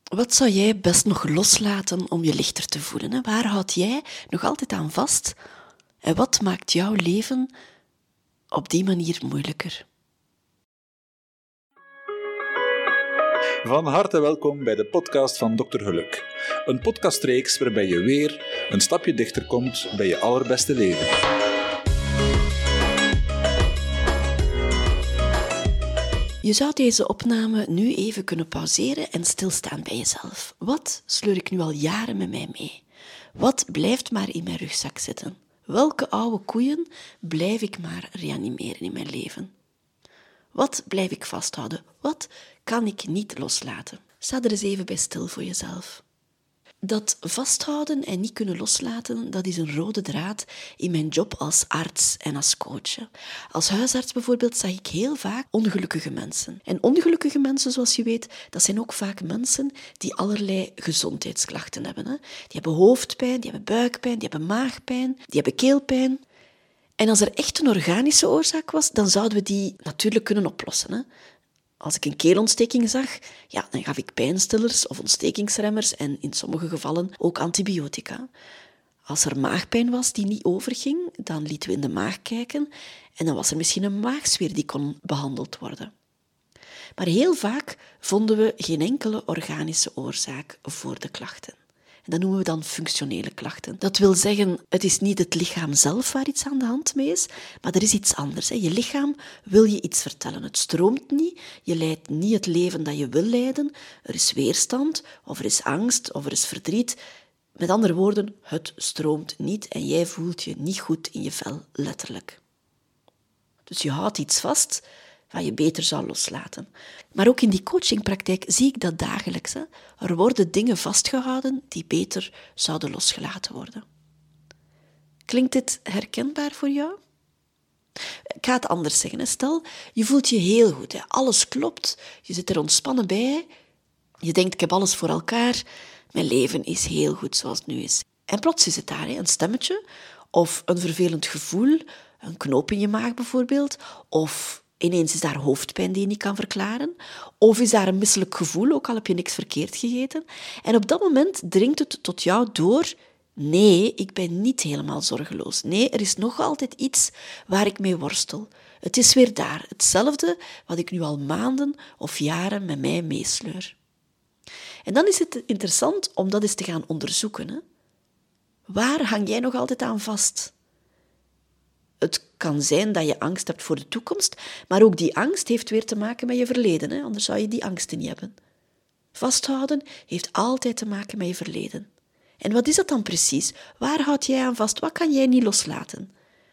Wat zou jij best nog loslaten om je lichter te voelen? Hè? Waar houd jij nog altijd aan vast? En wat maakt jouw leven op die manier moeilijker? Van harte welkom bij de podcast van Dr. Geluk. Een podcastreeks waarbij je weer een stapje dichter komt bij je allerbeste leven. Je zou deze opname nu even kunnen pauzeren en stilstaan bij jezelf. Wat sleur ik nu al jaren met mij mee? Wat blijft maar in mijn rugzak zitten? Welke oude koeien blijf ik maar reanimeren in mijn leven? Wat blijf ik vasthouden? Wat kan ik niet loslaten? Sta er eens even bij stil voor jezelf. Dat vasthouden en niet kunnen loslaten, dat is een rode draad in mijn job als arts en als coach. Als huisarts bijvoorbeeld zag ik heel vaak ongelukkige mensen. En ongelukkige mensen, zoals je weet, dat zijn ook vaak mensen die allerlei gezondheidsklachten hebben. Die hebben hoofdpijn, die hebben buikpijn, die hebben maagpijn, die hebben keelpijn. En als er echt een organische oorzaak was, dan zouden we die natuurlijk kunnen oplossen. Als ik een keelontsteking zag, dan gaf ik pijnstillers of ontstekingsremmers en in sommige gevallen ook antibiotica. Als er maagpijn was die niet overging, dan lieten we in de maag kijken en dan was er misschien een maagzweer die kon behandeld worden. Maar heel vaak vonden we geen enkele organische oorzaak voor de klachten. En dat noemen we dan functionele klachten. Dat wil zeggen, het is niet het lichaam zelf waar iets aan de hand mee is, maar er is iets anders. Je lichaam wil je iets vertellen. Het stroomt niet, je leidt niet het leven dat je wil leiden. Er is weerstand, of er is angst, of er is verdriet. Met andere woorden, het stroomt niet en jij voelt je niet goed in je vel, letterlijk. Dus je houdt iets vast wat je beter zou loslaten. Maar ook in die coachingpraktijk zie ik dat dagelijks. Er worden dingen vastgehouden die beter zouden losgelaten worden. Klinkt dit herkenbaar voor jou? Ik ga het anders zeggen. Stel, je voelt je heel goed. Alles klopt. Je zit er ontspannen bij. Je denkt, ik heb alles voor elkaar. Mijn leven is heel goed zoals het nu is. En plots is het daar, een stemmetje of een vervelend gevoel, een knoop in je maag bijvoorbeeld, of ineens is daar hoofdpijn die je niet kan verklaren, of is daar een misselijk gevoel, ook al heb je niks verkeerd gegeten. En op dat moment dringt het tot jou door, nee, ik ben niet helemaal zorgeloos. Nee, er is nog altijd iets waar ik mee worstel. Het is weer daar, hetzelfde wat ik nu al maanden of jaren met mij meesleur. En dan is het interessant om dat eens te gaan onderzoeken. Waar hang jij nog altijd aan vast? Het kan zijn dat je angst hebt voor de toekomst, maar ook die angst heeft weer te maken met je verleden. Anders zou je die angsten niet hebben. Vasthouden heeft altijd te maken met je verleden. En wat is dat dan precies? Waar houd jij aan vast? Wat kan jij niet loslaten?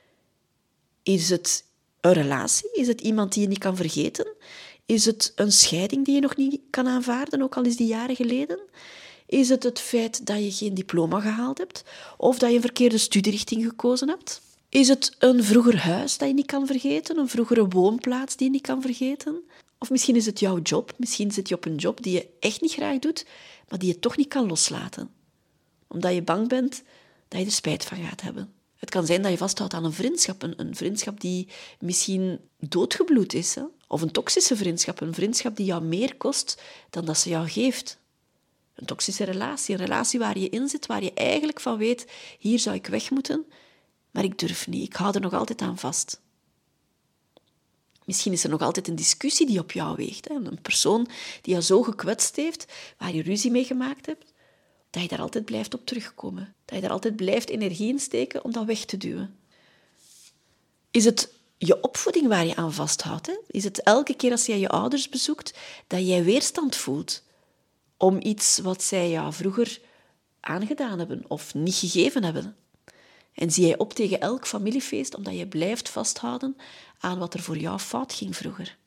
Is het een relatie? Is het iemand die je niet kan vergeten? Is het een scheiding die je nog niet kan aanvaarden, ook al is die jaren geleden? Is het het feit dat je geen diploma gehaald hebt? Of dat je een verkeerde studierichting gekozen hebt? Is het een vroeger huis dat je niet kan vergeten? Een vroegere woonplaats die je niet kan vergeten? Of misschien is het jouw job. Misschien zit je op een job die je echt niet graag doet, maar die je toch niet kan loslaten. Omdat je bang bent dat je er spijt van gaat hebben. Het kan zijn dat je vasthoudt aan een vriendschap die misschien doodgebloed is. Of een toxische vriendschap, een vriendschap die jou meer kost dan dat ze jou geeft. Een toxische relatie, een relatie waar je in zit, waar je eigenlijk van weet, hier zou ik weg moeten, maar ik durf niet, ik hou er nog altijd aan vast. Misschien is er nog altijd een discussie die op jou weegt. Een persoon die jou zo gekwetst heeft, waar je ruzie mee gemaakt hebt, dat je daar altijd blijft op terugkomen. Dat je daar altijd blijft energie in steken om dat weg te duwen. Is het je opvoeding waar je aan vasthoudt? Is het elke keer als jij je ouders bezoekt, dat jij weerstand voelt om iets wat zij jou vroeger aangedaan hebben of niet gegeven hebben? En zie jij op tegen elk familiefeest omdat je blijft vasthouden aan wat er voor jou fout ging vroeger?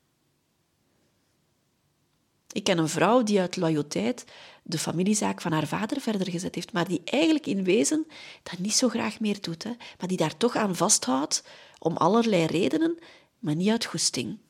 Ik ken een vrouw die uit loyaliteit de familiezaak van haar vader verder gezet heeft, maar die eigenlijk in wezen dat niet zo graag meer doet, maar die daar toch aan vasthoudt om allerlei redenen, maar niet uit goesting.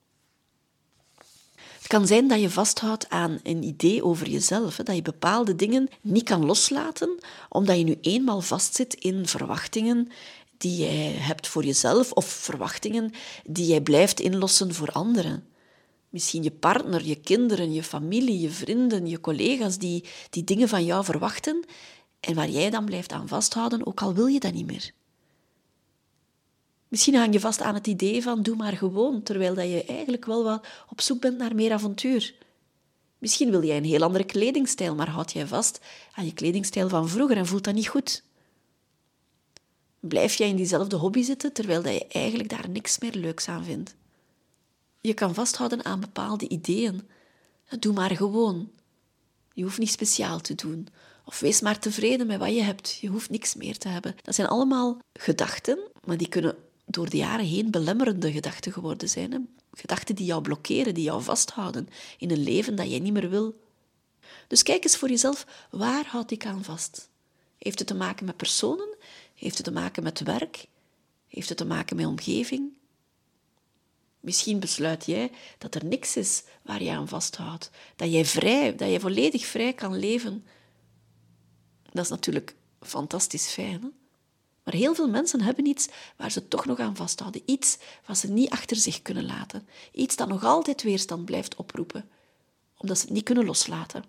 Het kan zijn dat je vasthoudt aan een idee over jezelf, dat je bepaalde dingen niet kan loslaten, omdat je nu eenmaal vastzit in verwachtingen die jij hebt voor jezelf of verwachtingen die jij blijft inlossen voor anderen. Misschien je partner, je kinderen, je familie, je vrienden, je collega's die dingen van jou verwachten en waar jij dan blijft aan vasthouden, ook al wil je dat niet meer. Misschien hang je vast aan het idee van doe maar gewoon, terwijl dat je eigenlijk wel wat op zoek bent naar meer avontuur. Misschien wil jij een heel andere kledingstijl, maar houd jij vast aan je kledingstijl van vroeger en voelt dat niet goed. Blijf jij in diezelfde hobby zitten, terwijl dat je eigenlijk daar niks meer leuks aan vindt. Je kan vasthouden aan bepaalde ideeën. Doe maar gewoon. Je hoeft niet speciaal te doen. Of wees maar tevreden met wat je hebt. Je hoeft niks meer te hebben. Dat zijn allemaal gedachten, maar die kunnen door de jaren heen belemmerende gedachten geworden zijn. Hè? Gedachten die jou blokkeren, die jou vasthouden in een leven dat jij niet meer wil. Dus kijk eens voor jezelf, waar houd ik aan vast? Heeft het te maken met personen? Heeft het te maken met werk? Heeft het te maken met omgeving? Misschien besluit jij dat er niks is waar je aan vasthoudt. Dat jij volledig vrij kan leven. Dat is natuurlijk fantastisch fijn. Hè? Maar heel veel mensen hebben iets waar ze toch nog aan vasthouden. Iets wat ze niet achter zich kunnen laten. Iets dat nog altijd weerstand blijft oproepen. Omdat ze het niet kunnen loslaten.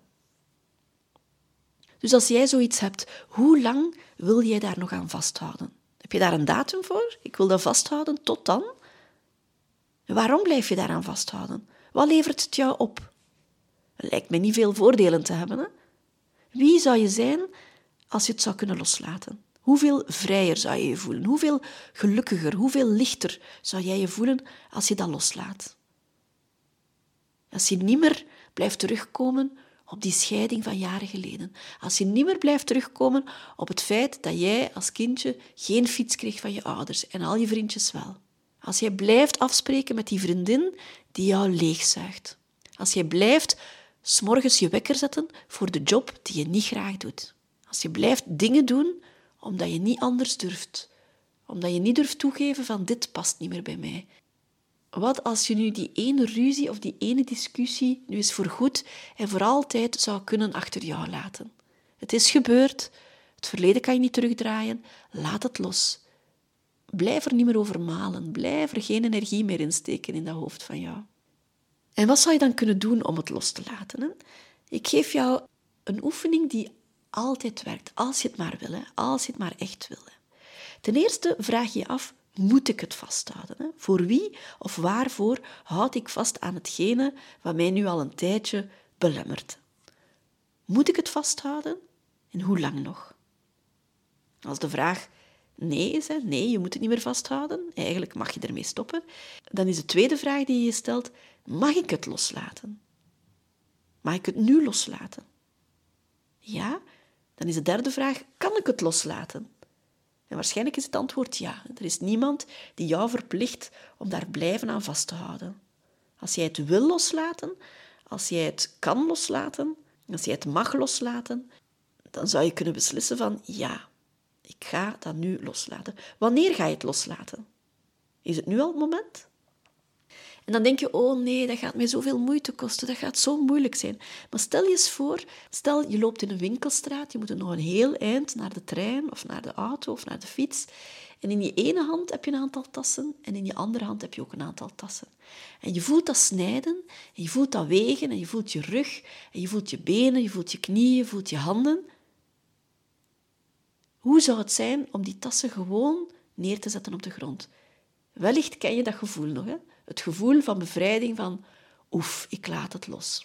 Dus als jij zoiets hebt, hoe lang wil jij daar nog aan vasthouden? Heb je daar een datum voor? Ik wil dat vasthouden tot dan. Waarom blijf je daaraan vasthouden? Wat levert het jou op? Het lijkt me niet veel voordelen te hebben. Hè? Wie zou je zijn als je het zou kunnen loslaten? Hoeveel vrijer zou je je voelen? Hoeveel gelukkiger, hoeveel lichter zou jij je voelen als je dat loslaat? Als je niet meer blijft terugkomen op die scheiding van jaren geleden. Als je niet meer blijft terugkomen op het feit dat jij als kindje geen fiets kreeg van je ouders en al je vriendjes wel. Als jij blijft afspreken met die vriendin die jou leegzuigt. Als jij blijft 's morgens je wekker zetten voor de job die je niet graag doet. Als je blijft dingen doen omdat je niet anders durft. Omdat je niet durft toegeven van dit past niet meer bij mij. Wat als je nu die ene ruzie of die ene discussie nu eens voorgoed en voor altijd zou kunnen achter jou laten? Het is gebeurd. Het verleden kan je niet terugdraaien. Laat het los. Blijf er niet meer over malen. Blijf er geen energie meer in steken in dat hoofd van jou. En wat zou je dan kunnen doen om het los te laten? Hè? Ik geef jou een oefening die altijd werkt, als je het maar wil, hè? Als je het maar echt wil. Hè? Ten eerste vraag je je af, moet ik het vasthouden? Hè? Voor wie of waarvoor houd ik vast aan hetgene wat mij nu al een tijdje belemmert? Moet ik het vasthouden? En hoe lang nog? Als de vraag nee is, hè, nee, je moet het niet meer vasthouden, eigenlijk mag je ermee stoppen, dan is de tweede vraag die je je stelt, mag ik het loslaten? Mag ik het nu loslaten? Ja, dan is de derde vraag, kan ik het loslaten? En waarschijnlijk is het antwoord ja. Er is niemand die jou verplicht om daar blijven aan vast te houden. Als jij het wil loslaten, als jij het kan loslaten, als jij het mag loslaten, dan zou je kunnen beslissen van ja, ik ga dat nu loslaten. Wanneer ga je het loslaten? Is het nu al het moment? En dan denk je, oh nee, dat gaat mij zoveel moeite kosten, dat gaat zo moeilijk zijn. Maar stel je eens voor, stel je loopt in een winkelstraat, je moet nog een heel eind naar de trein of naar de auto of naar de fiets. En in je ene hand heb je een aantal tassen en in je andere hand heb je ook een aantal tassen. En je voelt dat snijden en je voelt dat wegen en je voelt je rug en je voelt je benen, je voelt je knieën, je voelt je handen. Hoe zou het zijn om die tassen gewoon neer te zetten op de grond? Wellicht ken je dat gevoel nog, hè? Het gevoel van bevrijding van, oef, ik laat het los.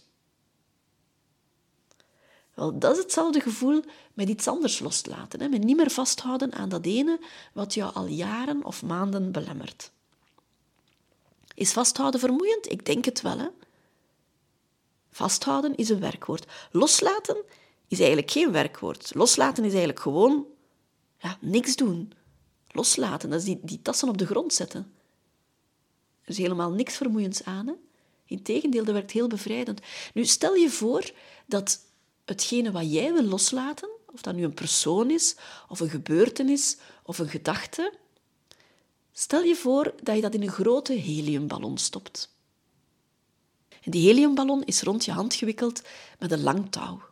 Wel, dat is hetzelfde gevoel met iets anders loslaten, hè? Met niet meer vasthouden aan dat ene wat jou al jaren of maanden belemmert. Is vasthouden vermoeiend? Ik denk het wel, hè? Vasthouden is een werkwoord. Loslaten is eigenlijk geen werkwoord. Loslaten is eigenlijk gewoon niks doen. Loslaten, dat is die tassen op de grond zetten. Er is helemaal niks vermoeiends aan. Hè? Integendeel, dat werkt heel bevrijdend. Nu, stel je voor dat hetgene wat jij wil loslaten, of dat nu een persoon is, of een gebeurtenis, of een gedachte, stel je voor dat je dat in een grote heliumballon stopt. En die heliumballon is rond je hand gewikkeld met een lang touw.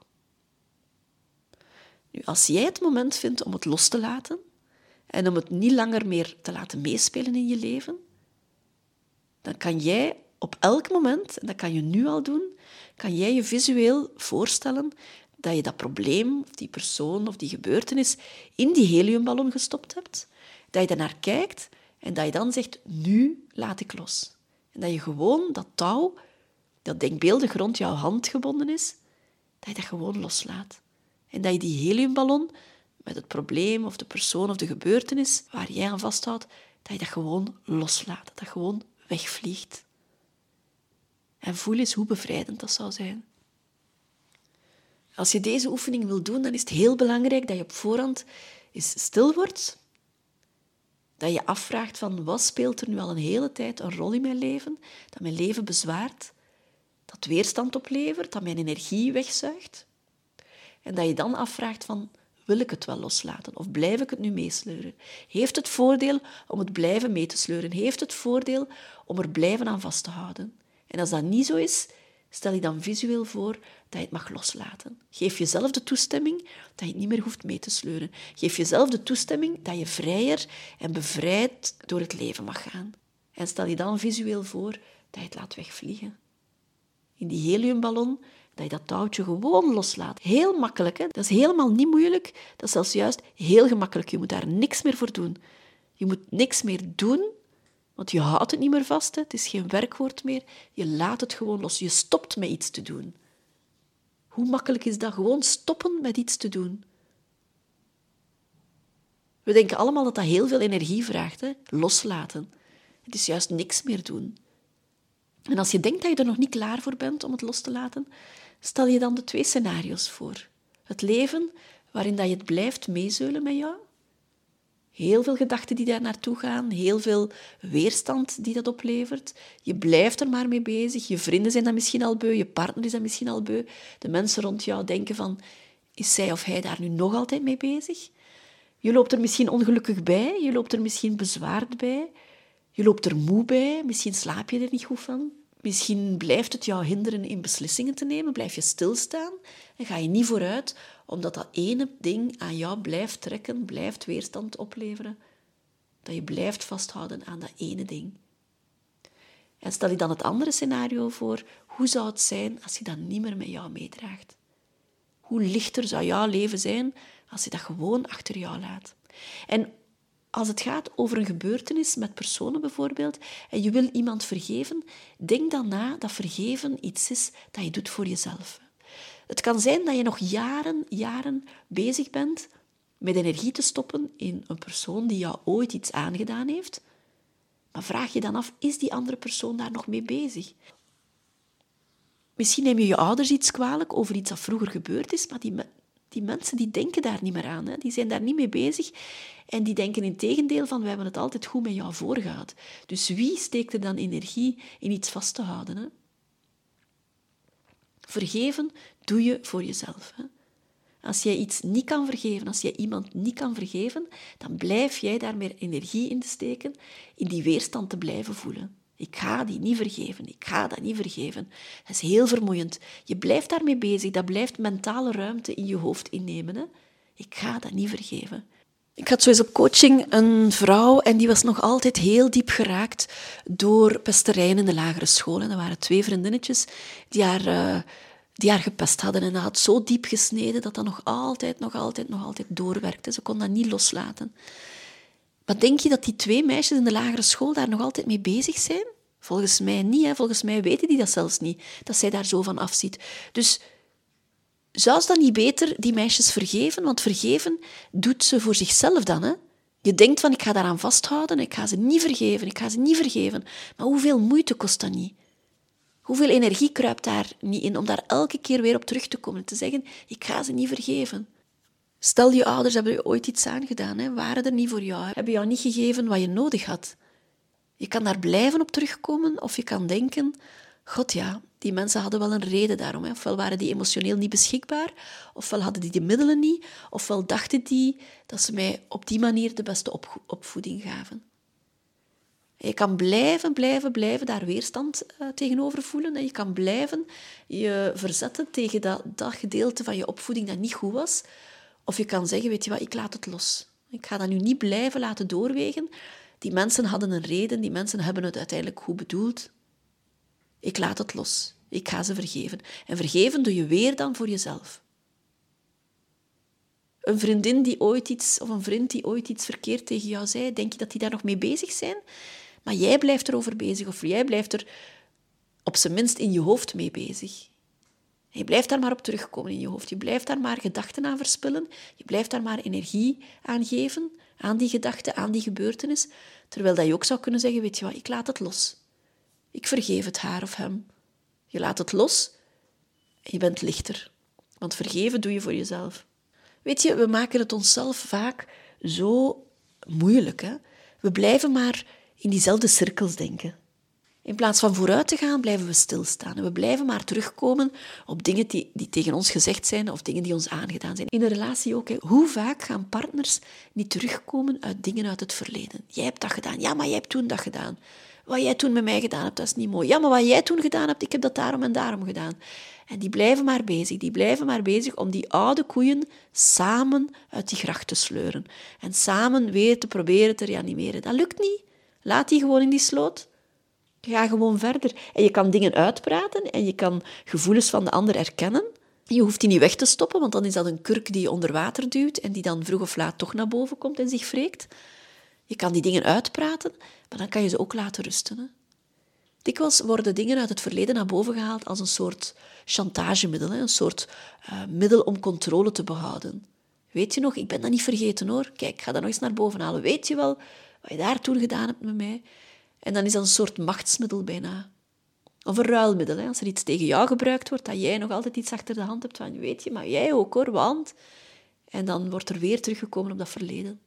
Nu, als jij het moment vindt om het los te laten en om het niet langer meer te laten meespelen in je leven, dan kan jij op elk moment, en dat kan je nu al doen, kan jij je visueel voorstellen dat je dat probleem, of die persoon of die gebeurtenis in die heliumballon gestopt hebt, dat je daarnaar kijkt en dat je dan zegt, nu laat ik los. En dat je gewoon dat touw, dat denkbeeldig rond jouw hand gebonden is, dat je dat gewoon loslaat. En dat je die heliumballon met het probleem of de persoon of de gebeurtenis waar jij aan vasthoudt, dat je dat gewoon loslaat, dat dat gewoon wegvliegt. En voel eens hoe bevrijdend dat zou zijn. Als je deze oefening wil doen, dan is het heel belangrijk dat je op voorhand eens stil wordt. Dat je afvraagt van wat speelt er nu al een hele tijd een rol in mijn leven, dat mijn leven bezwaart, dat weerstand oplevert, dat mijn energie wegzuigt. En dat je dan afvraagt van, wil ik het wel loslaten of blijf ik het nu meesleuren? Heeft het voordeel om het blijven mee te sleuren? Heeft het voordeel om er blijven aan vast te houden? En als dat niet zo is, stel je dan visueel voor dat je het mag loslaten. Geef jezelf de toestemming dat je het niet meer hoeft mee te sleuren. Geef jezelf de toestemming dat je vrijer en bevrijd door het leven mag gaan. En stel je dan visueel voor dat je het laat wegvliegen. In die heliumballon, dat je dat touwtje gewoon loslaat. Heel makkelijk, hè? Dat is helemaal niet moeilijk. Dat is zelfs juist heel gemakkelijk. Je moet daar niks meer voor doen. Je moet niks meer doen, want je houdt het niet meer vast. Hè? Het is geen werkwoord meer. Je laat het gewoon los. Je stopt met iets te doen. Hoe makkelijk is dat? Gewoon stoppen met iets te doen. We denken allemaal dat dat heel veel energie vraagt. Hè? Loslaten. Het is juist niks meer doen. En als je denkt dat je er nog niet klaar voor bent om het los te laten, stel je dan de 2 scenario's voor. Het leven waarin dat je het blijft meezeulen met jou. Heel veel gedachten die daar naartoe gaan, heel veel weerstand die dat oplevert. Je blijft er maar mee bezig. Je vrienden zijn dat misschien al beu, je partner is dat misschien al beu. De mensen rond jou denken van, is zij of hij daar nu nog altijd mee bezig? Je loopt er misschien ongelukkig bij, je loopt er misschien bezwaard bij. Je loopt er moe bij, misschien slaap je er niet goed van. Misschien blijft het jou hinderen in beslissingen te nemen, blijf je stilstaan en ga je niet vooruit, omdat dat ene ding aan jou blijft trekken, blijft weerstand opleveren. Dat je blijft vasthouden aan dat ene ding. En stel je dan het andere scenario voor, hoe zou het zijn als je dat niet meer met jou meedraagt? Hoe lichter zou jouw leven zijn als je dat gewoon achter jou laat? En als het gaat over een gebeurtenis met personen bijvoorbeeld, en je wil iemand vergeven, denk dan na dat vergeven iets is dat je doet voor jezelf. Het kan zijn dat je nog jaren bezig bent met energie te stoppen in een persoon die jou ooit iets aangedaan heeft. Maar vraag je dan af, is die andere persoon daar nog mee bezig? Misschien neem je je ouders iets kwalijk over iets dat vroeger gebeurd is, maar die mensen die denken daar niet meer aan. Hè? Die zijn daar niet mee bezig. En die denken in tegendeel van, wij hebben het altijd goed met jou voorgehad. Dus wie steekt er dan energie in iets vast te houden? Hè? Vergeven doe je voor jezelf. Hè? Als jij iets niet kan vergeven, als jij iemand niet kan vergeven, dan blijf jij daar meer energie in steken, in die weerstand te blijven voelen. Ik ga die niet vergeven, ik ga dat niet vergeven. Dat is heel vermoeiend. Je blijft daarmee bezig, dat blijft mentale ruimte in je hoofd innemen. Hè? Ik ga dat niet vergeven. Ik had zo eens op coaching een vrouw en die was nog altijd heel diep geraakt door pesterijen in de lagere school. En dat waren 2 vriendinnetjes die haar gepest hadden. En dat had zo diep gesneden dat dat nog altijd doorwerkte. Ze kon dat niet loslaten. Maar denk je dat die 2 meisjes in de lagere school daar nog altijd mee bezig zijn? Volgens mij niet. Hè? Volgens mij weten die dat zelfs niet, dat zij daar zo van afziet. Dus zou ze dan niet beter die meisjes vergeven? Want vergeven doet ze voor zichzelf dan. Hè? Je denkt van, ik ga daaraan vasthouden, ik ga ze niet vergeven. Maar hoeveel moeite kost dat niet? Hoeveel energie kruipt daar niet in om daar elke keer weer op terug te komen en te zeggen, ik ga ze niet vergeven. Stel, je ouders hebben je ooit iets aangedaan, hè? Waren er niet voor jou, hebben jou niet gegeven wat je nodig had. Je kan daar blijven op terugkomen of je kan denken, God ja, die mensen hadden wel een reden daarom. Hè? Ofwel waren die emotioneel niet beschikbaar, ofwel hadden die de middelen niet, ofwel dachten die dat ze mij op die manier de beste opvoeding gaven. Je kan blijven daar weerstand tegenover voelen. En je kan blijven je verzetten tegen dat gedeelte van je opvoeding dat niet goed was. Of je kan zeggen, weet je wat, ik laat het los. Ik ga dat nu niet blijven laten doorwegen. Die mensen hadden een reden, die mensen hebben het uiteindelijk goed bedoeld. Ik laat het los. Ik ga ze vergeven. En vergeven doe je weer dan voor jezelf. Een vriendin die ooit iets, of een vriend die ooit iets verkeerd tegen jou zei, denk je dat die daar nog mee bezig zijn? Maar jij blijft erover bezig, of jij blijft er op zijn minst in je hoofd mee bezig. En je blijft daar maar op terugkomen in je hoofd. Je blijft daar maar gedachten aan verspillen. Je blijft daar maar energie aan geven, aan die gedachte, aan die gebeurtenis. Terwijl dat je ook zou kunnen zeggen, weet je wat, ik laat het los. Ik vergeef het haar of hem. Je laat het los en je bent lichter. Want vergeven doe je voor jezelf. Weet je, we maken het onszelf vaak zo moeilijk. Hè? We blijven maar in diezelfde cirkels denken. In plaats van vooruit te gaan, blijven we stilstaan. En we blijven maar terugkomen op dingen die tegen ons gezegd zijn of dingen die ons aangedaan zijn. In een relatie ook. Hè. Hoe vaak gaan partners niet terugkomen uit dingen uit het verleden? Jij hebt dat gedaan. Ja, maar jij hebt toen dat gedaan. Wat jij toen met mij gedaan hebt, dat is niet mooi. Ja, maar wat jij toen gedaan hebt, ik heb dat daarom en daarom gedaan. En die blijven maar bezig. Die blijven maar bezig om die oude koeien samen uit die gracht te sleuren. En samen weer te proberen te reanimeren. Dat lukt niet. Laat die gewoon in die sloot. Ga gewoon verder. En je kan dingen uitpraten en je kan gevoelens van de ander erkennen. Je hoeft die niet weg te stoppen, want dan is dat een kurk die je onder water duwt en die dan vroeg of laat toch naar boven komt en zich wreekt. Je kan die dingen uitpraten, maar dan kan je ze ook laten rusten. Hè. Dikwijls worden dingen uit het verleden naar boven gehaald als een soort chantagemiddel, hè? Een soort middel om controle te behouden. Weet je nog, ik ben dat niet vergeten hoor. Kijk, ik ga dat nog eens naar boven halen. Weet je wel wat je daar toen gedaan hebt met mij? En dan is dat een soort machtsmiddel bijna. Of een ruilmiddel. Hè? Als er iets tegen jou gebruikt wordt, dat jij nog altijd iets achter de hand hebt van, weet je, maar jij ook hoor, want... En dan wordt er weer teruggekomen op dat verleden.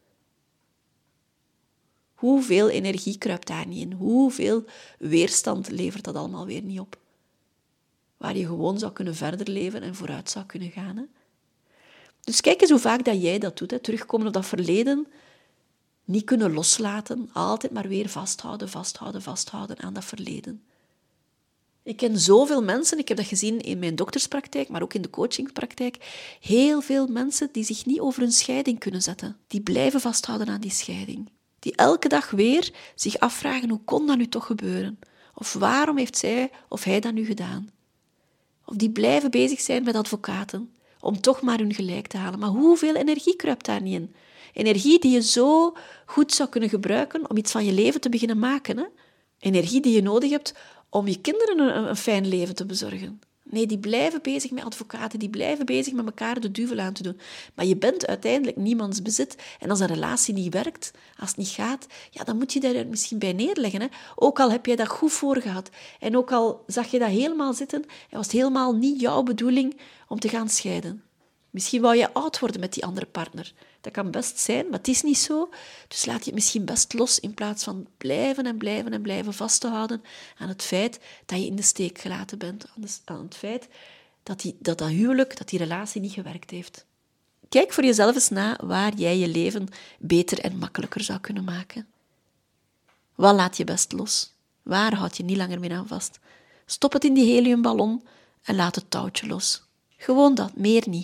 Hoeveel energie kruipt daar niet in? Hoeveel weerstand levert dat allemaal weer niet op? Waar je gewoon zou kunnen verder leven en vooruit zou kunnen gaan. Hè? Dus kijk eens hoe vaak dat jij dat doet. Hè? Terugkomen op dat verleden... Niet kunnen loslaten, altijd maar weer vasthouden aan dat verleden. Ik ken zoveel mensen, ik heb dat gezien in mijn dokterspraktijk, maar ook in de coachingspraktijk, heel veel mensen die zich niet over hun scheiding kunnen zetten. Die blijven vasthouden aan die scheiding. Die elke dag weer zich afvragen, hoe kon dat nu toch gebeuren? Of waarom heeft zij of hij dat nu gedaan? Of die blijven bezig zijn met advocaten, om toch maar hun gelijk te halen. Maar hoeveel energie kruipt daar niet in? Energie die je zo goed zou kunnen gebruiken om iets van je leven te beginnen maken. Hè? Energie die je nodig hebt om je kinderen een fijn leven te bezorgen. Nee, die blijven bezig met advocaten, die blijven bezig met elkaar de duvel aan te doen. Maar je bent uiteindelijk niemands bezit. En als een relatie niet werkt, als het niet gaat, ja, dan moet je daar misschien bij neerleggen. Hè? Ook al heb jij dat goed voor gehad. En ook al zag je dat helemaal zitten, en was het helemaal niet jouw bedoeling om te gaan scheiden. Misschien wou je oud worden met die andere partner. Dat kan best zijn, maar het is niet zo. Dus laat je het misschien best los in plaats van blijven vast te houden aan het feit dat je in de steek gelaten bent. Aan het feit dat huwelijk, dat die relatie niet gewerkt heeft. Kijk voor jezelf eens na waar jij je leven beter en makkelijker zou kunnen maken. Wat laat je best los? Waar houd je niet langer meer aan vast? Stop het in die heliumballon en laat het touwtje los. Gewoon dat, meer niet.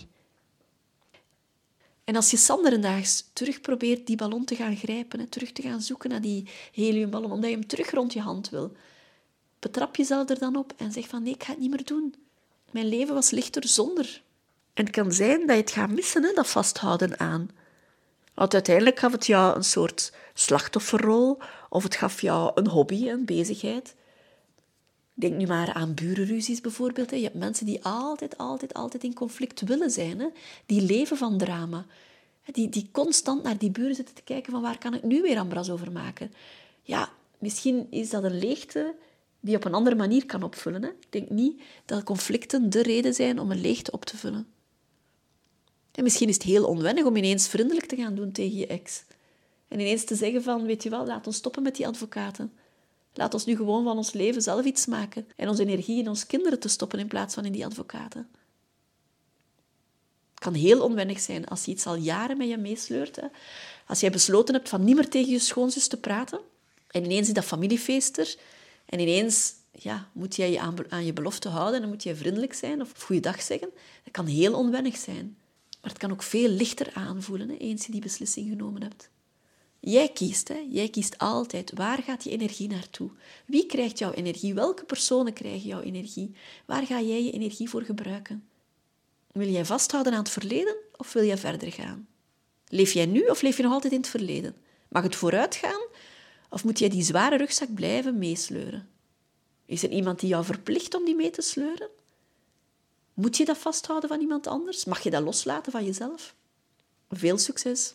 En als je sanderendaags terug probeert die ballon te gaan grijpen, terug te gaan zoeken naar die heliumballon, omdat je hem terug rond je hand wil, betrap jezelf er dan op en zeg van nee, ik ga het niet meer doen. Mijn leven was lichter zonder. En het kan zijn dat je het gaat missen, dat vasthouden aan. Want uiteindelijk gaf het jou een soort slachtofferrol of het gaf jou een hobby, een bezigheid. Denk nu maar aan burenruzies bijvoorbeeld. Je hebt mensen die altijd in conflict willen zijn. Die leven van drama. Die constant naar die buren zitten te kijken van waar kan ik nu weer ambras over maken. Ja, misschien is dat een leegte die je op een andere manier kan opvullen. Ik denk niet dat conflicten de reden zijn om een leegte op te vullen. En misschien is het heel onwennig om ineens vriendelijk te gaan doen tegen je ex. En ineens te zeggen van, weet je wel, laat ons stoppen met die advocaten. Laat ons nu gewoon van ons leven zelf iets maken en onze energie in onze kinderen te stoppen in plaats van in die advocaten. Het kan heel onwennig zijn als je iets al jaren met je meesleurt. Hè. Als jij besloten hebt van niet meer tegen je schoonzus te praten en ineens is dat familiefeest er en ineens moet jij je aan je belofte houden en dan moet jij vriendelijk zijn of goeiedag zeggen. Dat kan heel onwennig zijn. Maar het kan ook veel lichter aanvoelen eens je die beslissing genomen hebt. Jij kiest, hè? Jij kiest altijd. Waar gaat je energie naartoe? Wie krijgt jouw energie? Welke personen krijgen jouw energie? Waar ga jij je energie voor gebruiken? Wil jij vasthouden aan het verleden of wil jij verder gaan? Leef jij nu of leef je nog altijd in het verleden? Mag het vooruit gaan of moet jij die zware rugzak blijven meesleuren? Is er iemand die jou verplicht om die mee te sleuren? Moet je dat vasthouden van iemand anders? Mag je dat loslaten van jezelf? Veel succes!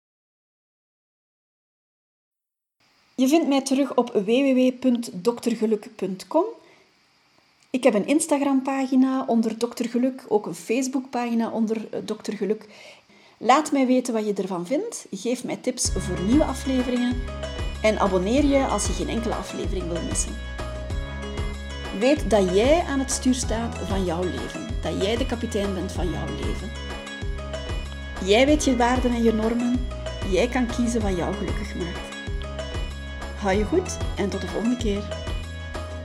Je vindt mij terug op www.drgeluk.com. Ik heb een Instagram-pagina onder Dr. Geluk, ook een Facebook-pagina onder Dr. Geluk. Laat mij weten wat je ervan vindt. Geef mij tips voor nieuwe afleveringen. En abonneer je als je geen enkele aflevering wil missen. Weet dat jij aan het stuur staat van jouw leven. Dat jij de kapitein bent van jouw leven. Jij weet je waarden en je normen. Jij kan kiezen wat jou gelukkig maakt. Hou je goed en tot de volgende keer.